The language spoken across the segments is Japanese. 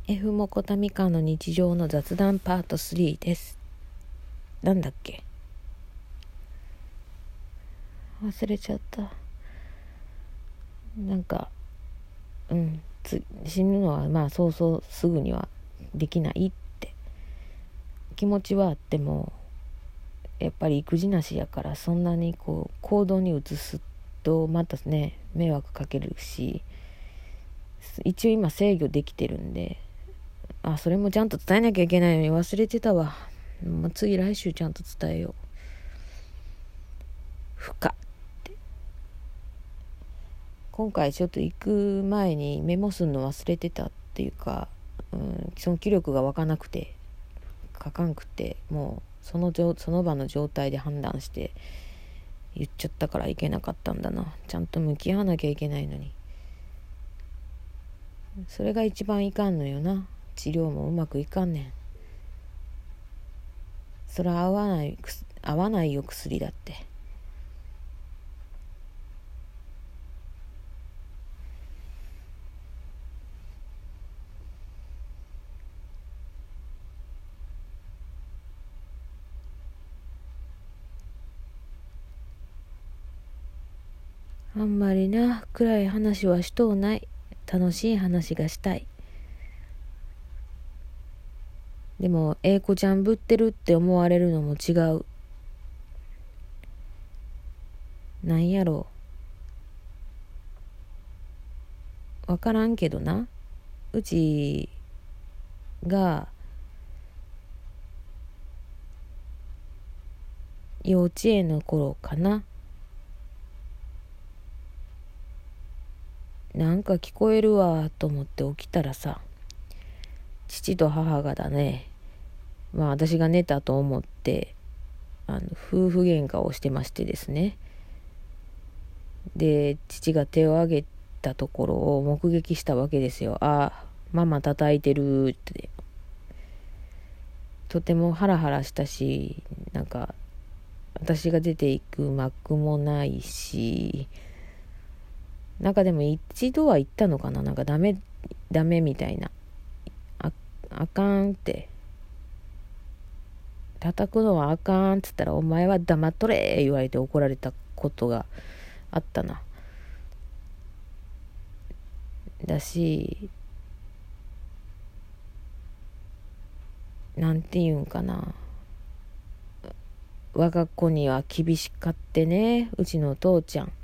F モコタミカの日常の雑談パート3です。なんだっけ、忘れちゃった。なんか死ぬのはまあそうそうすぐにはできないって気持ちはあっても、やっぱり育児なしやから、そんなにこう行動に移すとまたね迷惑かけるし、一応今制御できてるんで、それもちゃんと伝えなきゃいけないのに忘れてたわ。次来週ちゃんと伝えよう。今回ちょっと行く前にメモするの忘れてたっていうか、その気力が湧かなくて書かんくて、もうその場の状態で判断して言っちゃったからいけなかったんだな。ちゃんと向き合わなきゃいけないのに、それが一番いかんのよな。治療もうまくいかんねん。それは合わないよ、薬だって。あんまりな暗い話はしとうない。楽しい話がしたい。でも英子ちゃんぶってるって思われるのも違う。なんやろう、わからんけどな。うちが幼稚園の頃かな、なんか聞こえるわと思って起きたらさ、父と母がだね、私が寝たと思って夫婦喧嘩をしてましてですね。で父が手を挙げたところを目撃したわけですよ。ママ叩いてるって。とてもハラハラしたし、なんか私が出ていく幕もないし、なんかでも一度は言ったのかな、なんかダメみたいな、あかんって、叩くのはあかんっつったら、お前は黙っとれ言われて怒られたことがあったな。だし、なんていうんかな、我が子には厳しかってね、うちの父ちゃん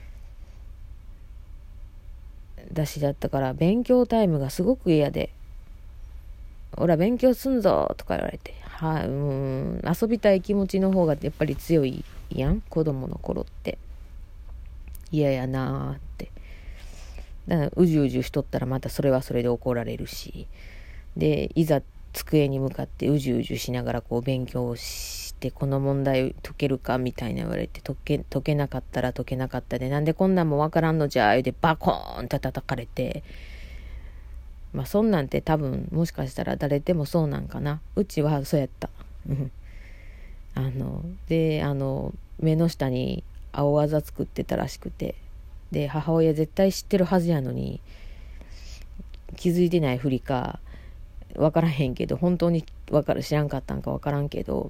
だったから、勉強タイムがすごく嫌で、俺は勉強すんぞとか言われて、遊びたい気持ちの方がやっぱり強いやん、子供の頃って。嫌やなーって。だからうじうじしとったらまたそれはそれで怒られるし、でいざ机に向かってうじうじしながらこう勉強して、この問題解けるかみたいな言われて、解けなかったら解けなかったで、なんでこんなんもわからんのじゃ言うてバコーンって叩かれて、そんなんて多分もしかしたら誰でもそうなんかな。うちはそうやったで目の下に青あざ作ってたらしくて、で母親絶対知ってるはずやのに気づいてないふりか分からへんけど、本当に知らんかったんか分からんけど、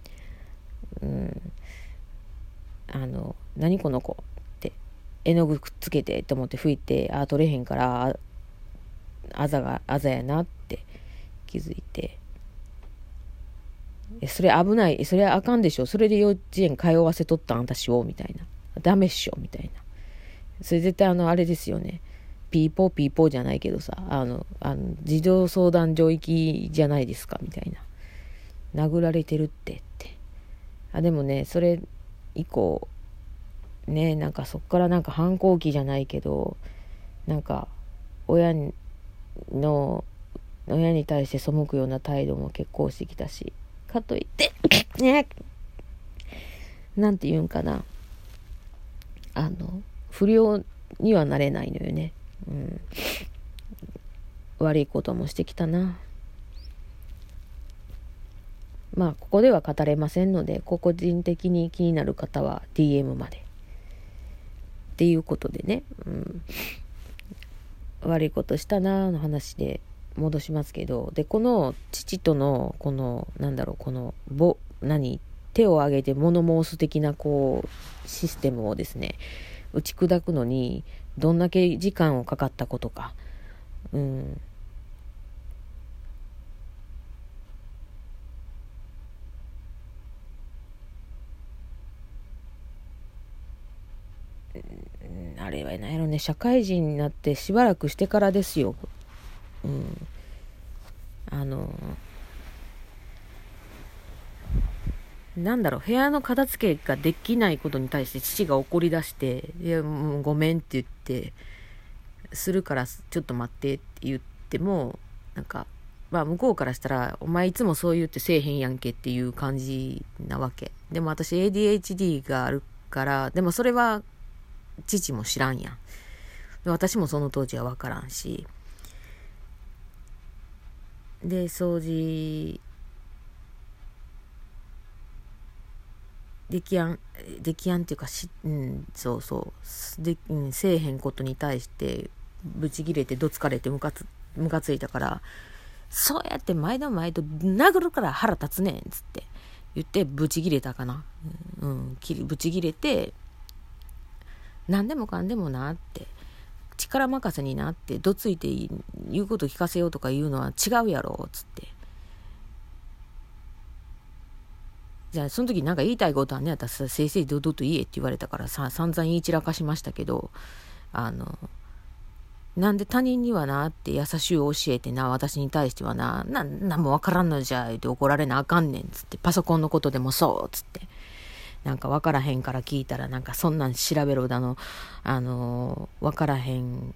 何この子って、絵の具くっつけてって思って拭いて、取れへんからあざやなって気づいて、それ危ない、それあかんでしょ、それで幼稚園通わせとったん私をみたいな、ダメっしょみたいな。それ絶対あれですよね、ピーポーじゃないけどさ、児童相談所行きじゃないですかみたいな、殴られてるってでもね、それ以降ね、なんかそっからなんか反抗期じゃないけど、なんか親に対して背くような態度も結構してきたし、かといってね、なんて言うんかな、不良にはなれないのよね。悪いこともしてきたな。ここでは語れませんので、個人的に気になる方は DM までっていうことでね、悪いことしたなの話で戻しますけど、でこの父とのこのこの手を挙げて物申す的なこうシステムをですね打ち砕くのにどんだけ時間をかかったことか、あれは何やろね、社会人になってしばらくしてからですよ。部屋の片付けができないことに対して父が怒り出して、いやもうごめんって言ってするからちょっと待ってって言っても、向こうからしたらお前いつもそう言ってせえへんやんけっていう感じなわけでも、私 ADHD があるから、でもそれは父も知らんやん。私もその当時は分からんし、で掃除できやんっていうかそうそうで、せえへんことに対してブチギレてどつかれてムカついたから、そうやって毎度殴るから腹立つねんつって言ってブチギレたかな。ブチギレて、何でもかんでもなって力任せになってどついて言うこと聞かせようとか言うのは違うやろつって、じゃあその時なんか言いたいことはね、私正々堂々と言えって言われたから散々言い散らかしましたけど、なんで他人にはなって優しい教えてな、私に対してはなんもわからんのじゃって怒られなあかんねんつって、パソコンのことでもそうつって、わからへんから聞いたらそんなん調べろだの、わからへん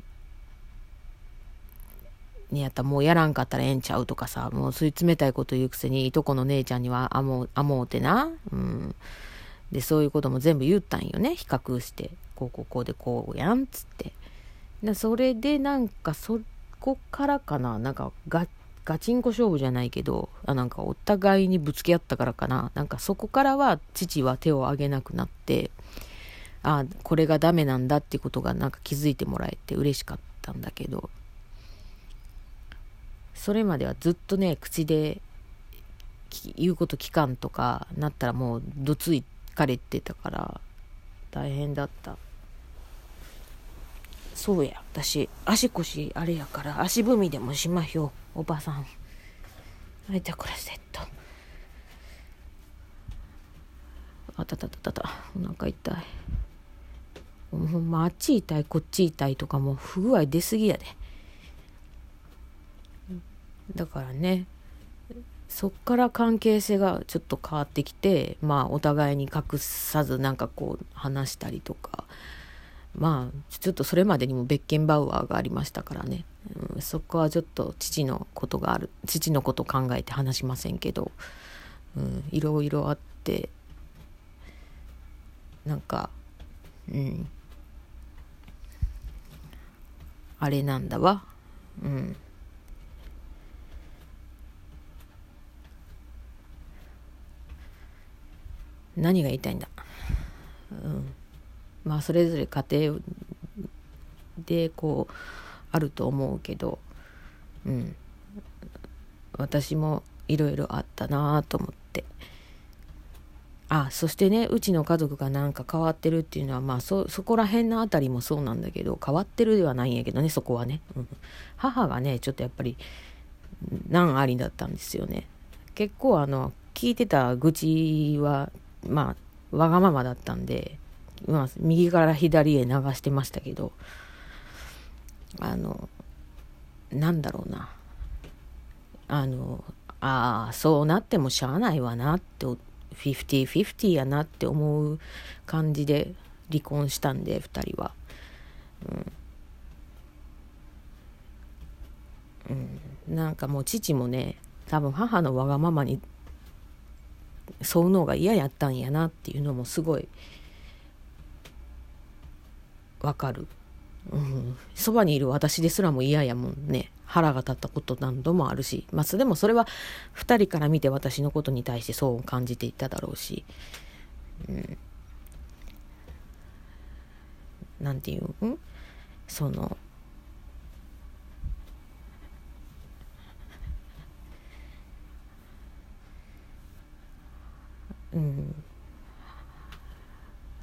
にやったらもうやらんかったらええんちゃうとかさ、もうそういう冷たいこと言うくせにいとこの姉ちゃんにはあもうてな、でそういうことも全部言ったんよね、比較してこうでこうやんつって。それでそこからかな、ガチンコ勝負じゃないけど、お互いにぶつけ合ったからかな、そこからは父は手を挙げなくなって、これがダメなんだってことが気づいてもらえて嬉しかったんだけど、それまではずっとね口で言うこと聞かんとかなったらもうどついかれてたから大変だった。そうや、私足腰あれやから足踏みでもしまひょう、おばさん。はい、じゃあこれセット。あたたたたた、お腹痛い。ほんまあっち痛いこっち痛いとかもう不具合出すぎやで。だからね、そっから関係性がちょっと変わってきて、お互いに隠さず話したりとか、ちょっとそれまでにもベッケンバウアーがありましたからね、そこはちょっと父のこと考えて話しませんけど、いろいろあって、あれなんだわ。何が言いたいんだ。それぞれ家庭であると思うけど、私もいろいろあったなと思って。そしてね、うちの家族が変わってるっていうのはそこら辺のあたりもそうなんだけど、変わってるではないんやけどね、そこはね、母がねちょっとやっぱり難ありだったんですよね。結構聞いてた愚痴はわがままだったんで、右から左へ流してましたけど、そうなってもしゃあないわなって50-50やなって思う感じで離婚したんで、2人は。もう父もね多分母のわがままに沿うのが嫌やったんやなっていうのもすごいわかる。そばにいる私ですらも嫌やもんね。腹が立ったこと何度もあるし、でもそれは2人から見て私のことに対してそう感じていただろうし、なんていうその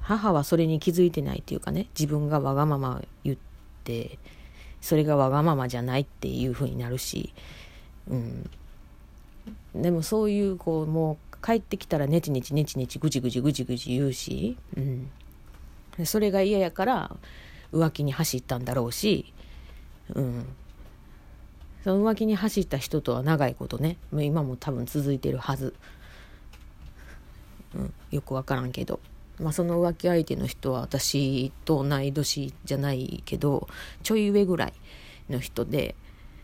母はそれに気づいてないっていうかね、自分がわがまま言ってそれがわがままじゃないっていう風になるし、でもそういうもう帰ってきたらネチネチネチネチぐちぐちぐちぐち言うし、それが嫌やから浮気に走ったんだろうし、その浮気に走った人とは長いことね、今も多分続いてるはず、よくわからんけど、その浮気相手の人は私と同い年じゃないけどちょい上ぐらいの人で、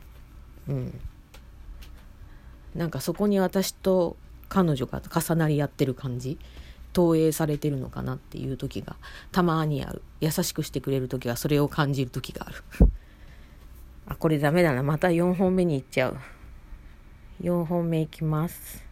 なんかそこに私と彼女が重なり合ってる感じ、投影されてるのかなっていう時がたまにある。優しくしてくれる時はそれを感じる時があるこれダメだな、また4本目に行っちゃう。4本目いきます。